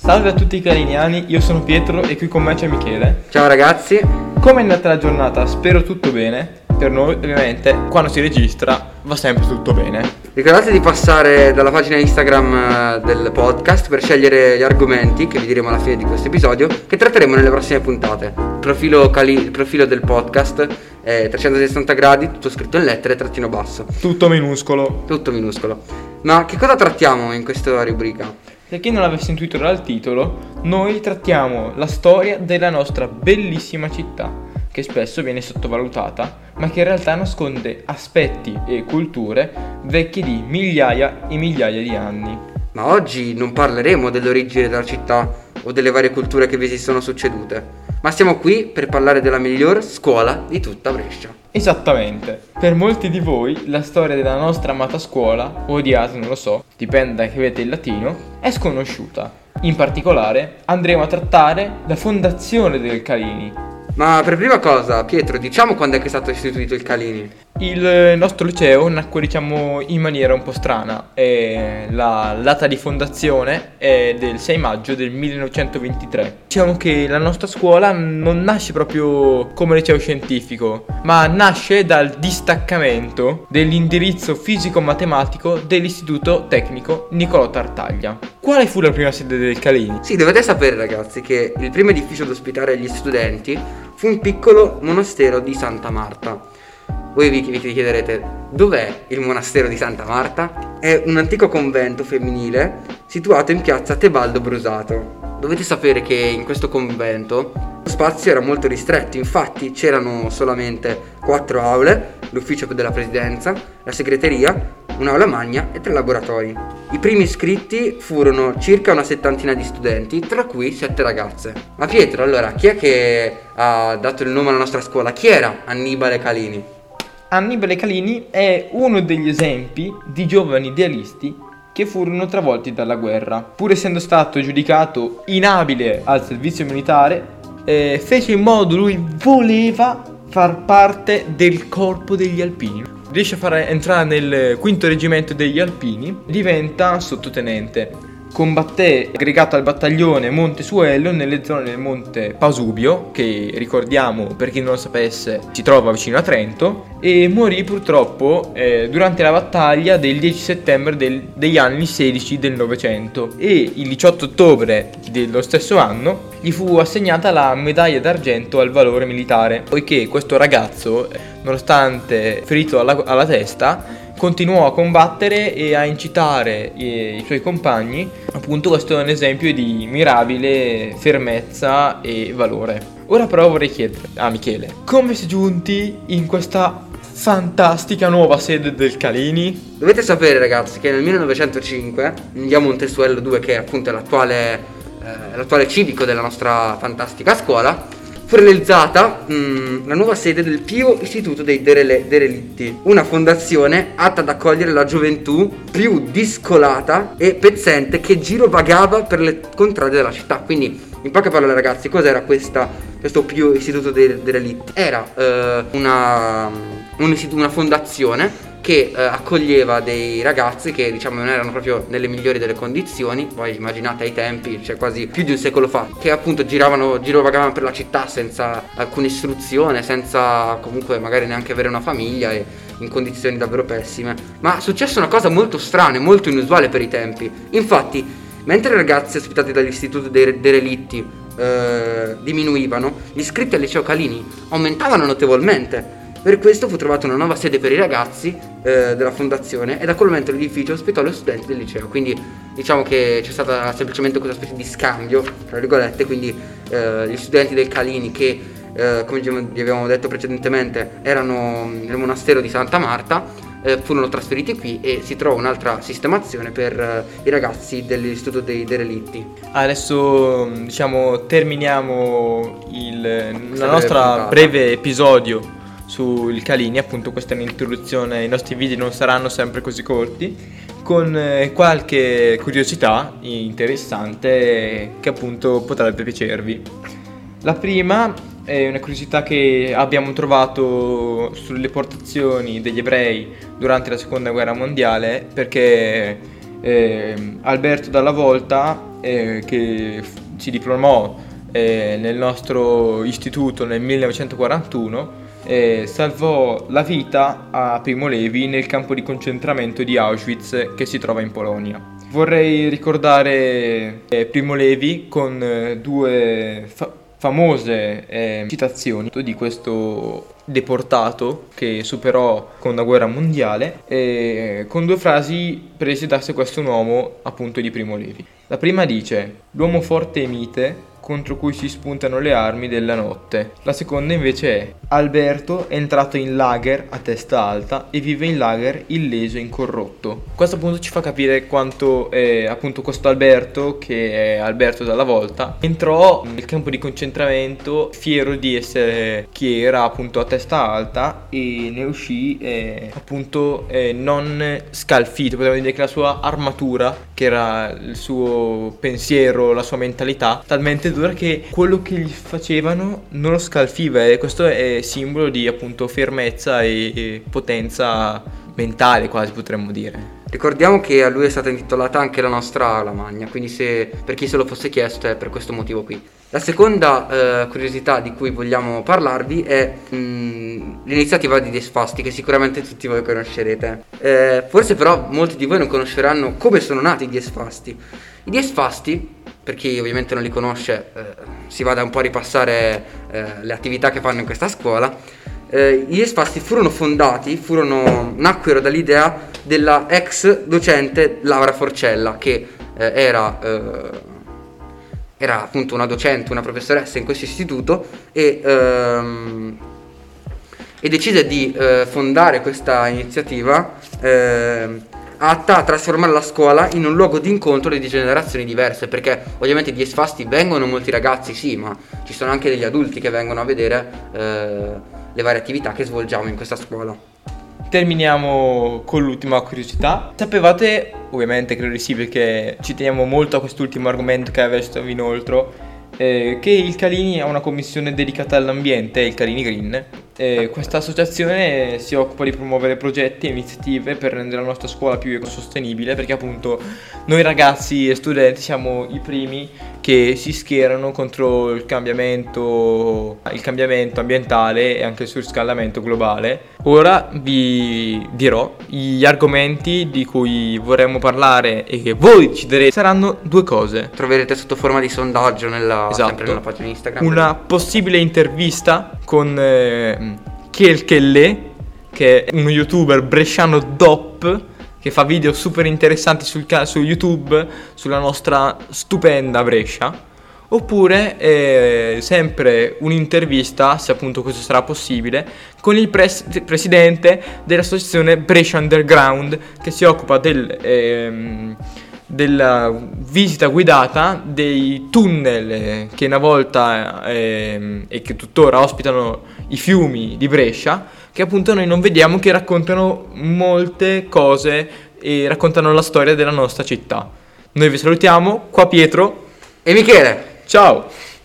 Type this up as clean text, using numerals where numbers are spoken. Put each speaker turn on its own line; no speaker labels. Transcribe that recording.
Salve a tutti i caliniani, io sono Pietro e qui con me c'è Michele.
Ciao ragazzi.
Come è andata la giornata? Spero tutto bene. Per noi ovviamente quando si registra va sempre tutto bene.
Ricordate di passare dalla pagina Instagram del podcast per scegliere gli argomenti che vi diremo alla fine di questo episodio, che tratteremo nelle prossime puntate. Il profilo del podcast è 360 gradi, tutto scritto in lettere, trattino basso.
Tutto minuscolo.
Tutto minuscolo. Ma che cosa trattiamo in questa rubrica?
Per chi non l'avesse intuito dal titolo, noi trattiamo la storia della nostra bellissima città, che spesso viene sottovalutata, ma che in realtà nasconde aspetti e culture vecchie di migliaia e migliaia di anni.
Ma oggi non parleremo dell'origine della città o delle varie culture che vi si sono succedute, ma siamo qui per parlare della miglior scuola di tutta Brescia.
Esattamente. Per molti di voi la storia della nostra amata scuola, o odiata, non lo so, dipende da che avete il latino, è sconosciuta. In particolare andremo a trattare la fondazione del Calini.
Ma per prima cosa, Pietro, diciamo quando è che è stato istituito il Calini?
Il nostro liceo nacque, diciamo, in maniera un po' strana. La data di fondazione è del 6 maggio del 1923. Diciamo che la nostra scuola non nasce proprio come liceo scientifico, ma nasce dal distaccamento dell'indirizzo fisico-matematico dell'Istituto Tecnico Niccolò Tartaglia. Quale fu la prima sede del Calini?
Sì, dovete sapere ragazzi che il primo edificio ad ospitare gli studenti fu un piccolo monastero di Santa Marta. Voi vi chiederete, dov'è il monastero di Santa Marta? È un antico convento femminile situato in piazza Tebaldo Brusato. Dovete sapere che in questo convento lo spazio era molto ristretto, infatti c'erano solamente 4 aule, l'ufficio della presidenza, la segreteria, un'aula magna e 3 laboratori. I primi iscritti furono circa una settantina di studenti, tra cui 7 ragazze. Ma Pietro, allora, chi è che ha dato il nome alla nostra scuola? Chi era Annibale Calini?
Annibale Calini è uno degli esempi di giovani idealisti che furono travolti dalla guerra. Pur essendo stato giudicato inabile al servizio militare, fece in modo, lui voleva far parte del corpo degli alpini. Riesce a far entrare nel 5° reggimento degli alpini, diventa sottotenente. Combatté aggregato al battaglione Monte Suello nelle zone del Monte Pasubio, che ricordiamo, per chi non lo sapesse, si trova vicino a Trento, e morì purtroppo durante la battaglia del 10 settembre degli anni 16 del Novecento, e il 18 ottobre dello stesso anno gli fu assegnata la medaglia d'argento al valore militare, poiché questo ragazzo, nonostante ferito alla testa, continuò a combattere e a incitare i suoi compagni. Appunto, questo è un esempio di mirabile fermezza e valore. Ora però vorrei chiedere a Michele, come si è giunti in questa fantastica nuova sede del Calini?
Dovete sapere ragazzi che nel 1905 in via Montesuello 2, che è appunto l'attuale civico della nostra fantastica scuola, fu realizzata la nuova sede del Pio Istituto dei Derelitti, una fondazione atta ad accogliere la gioventù più discolata e pezzente che girovagava per le contrade della città. Quindi, in poche parole ragazzi, cos'era questo Pio Istituto dei Derelitti? Era una fondazione che accoglieva dei ragazzi che, diciamo, non erano proprio nelle migliori delle condizioni. Poi immaginate ai tempi, cioè quasi più di un secolo fa, che appunto girovagavano per la città senza alcuna istruzione, senza comunque magari neanche avere una famiglia e in condizioni davvero pessime. Ma successe una cosa molto strana e molto inusuale per i tempi. Infatti, mentre i ragazzi ospitati dall'Istituto dei Derelitti diminuivano, gli iscritti al liceo Calini aumentavano notevolmente. Per questo fu trovata una nuova sede per i ragazzi della fondazione, e da quel momento l'edificio ospitò gli studenti del liceo. Quindi diciamo che c'è stata semplicemente questa specie di scambio, tra virgolette. Quindi gli studenti del Calini che, come vi avevamo detto precedentemente, erano nel monastero di Santa Marta, furono trasferiti qui e si trova un'altra sistemazione per i ragazzi dell'Istituto dei Derelitti.
Adesso, diciamo, terminiamo la nostra breve episodio sul Calini. Appunto, questa è un'introduzione, i nostri video non saranno sempre così corti, con qualche curiosità interessante che appunto potrebbe piacervi. La prima è una curiosità che abbiamo trovato sulle deportazioni degli ebrei durante la seconda guerra mondiale, perché Alberto Dalla Volta, che si diplomò nel nostro istituto nel 1941, salvò la vita a Primo Levi nel campo di concentramento di Auschwitz, che si trova in Polonia. Vorrei ricordare Primo Levi con due famose citazioni di questo deportato che superò con la guerra mondiale, con due frasi prese da Se questo un uomo, appunto, di Primo Levi. La prima dice: l'uomo forte e mite contro cui si spuntano le armi della notte. La seconda invece è: Alberto è entrato in lager a testa alta e vive in lager illeso e incorrotto. Questo appunto ci fa capire quanto appunto questo Alberto, che è Alberto Dalla Volta, entrò nel campo di concentramento fiero di essere chi era, appunto, a testa alta, e ne uscì appunto non scalfito. Potremmo dire che la sua armatura, che era il suo pensiero, la sua mentalità, talmente dura che quello che gli facevano non lo scalfiva, e questo è simbolo di, appunto, fermezza e potenza mentale, quasi potremmo dire.
Ricordiamo che a lui è stata intitolata anche la nostra aula magna, quindi per chi se lo fosse chiesto è per questo motivo qui. La seconda curiosità di cui vogliamo parlarvi è l'iniziativa di Dies Fasti, che sicuramente tutti voi conoscerete. Forse però molti di voi non conosceranno come sono nati i Dies Fasti. I Dies Fasti, per chi ovviamente non li conosce, si vada un po' a ripassare le attività che fanno in questa scuola. I Dies Fasti nacquero dall'idea della ex docente Laura Forcella, che era appunto una docente, una professoressa in questo istituto, e decise di fondare questa iniziativa atta a trasformare la scuola in un luogo di incontro di generazioni diverse, perché ovviamente Dies Fasti vengono molti ragazzi, sì, ma ci sono anche degli adulti che vengono a vedere le varie attività che svolgiamo in questa scuola.
Terminiamo con l'ultima curiosità. Sapevate, ovviamente credo di sì, perché ci teniamo molto a quest'ultimo argomento che adesso vi inoltro, che il Calini ha una commissione dedicata all'ambiente, il Calini Green. Questa associazione si occupa di promuovere progetti e iniziative per rendere la nostra scuola più ecosostenibile, perché appunto noi ragazzi e studenti siamo i primi che si schierano contro il cambiamento ambientale e anche il surriscaldamento globale. Ora vi dirò gli argomenti di cui vorremmo parlare e che voi ci direte. Saranno due cose.
Troverete sotto forma di sondaggio
esatto,
sempre nella pagina Instagram.
Una possibile intervista con Kelkelle, che è uno youtuber bresciano DOP, che fa video super interessanti su YouTube sulla nostra stupenda Brescia. Oppure sempre un'intervista, se appunto questo sarà possibile, con il presidente dell'associazione Brescia Underground, che si occupa della visita guidata dei tunnel che una volta e che tuttora ospitano i fiumi di Brescia, che appunto noi non vediamo, che raccontano molte cose e raccontano la storia della nostra città. Noi vi salutiamo, qua Pietro
e Michele.
Ciao!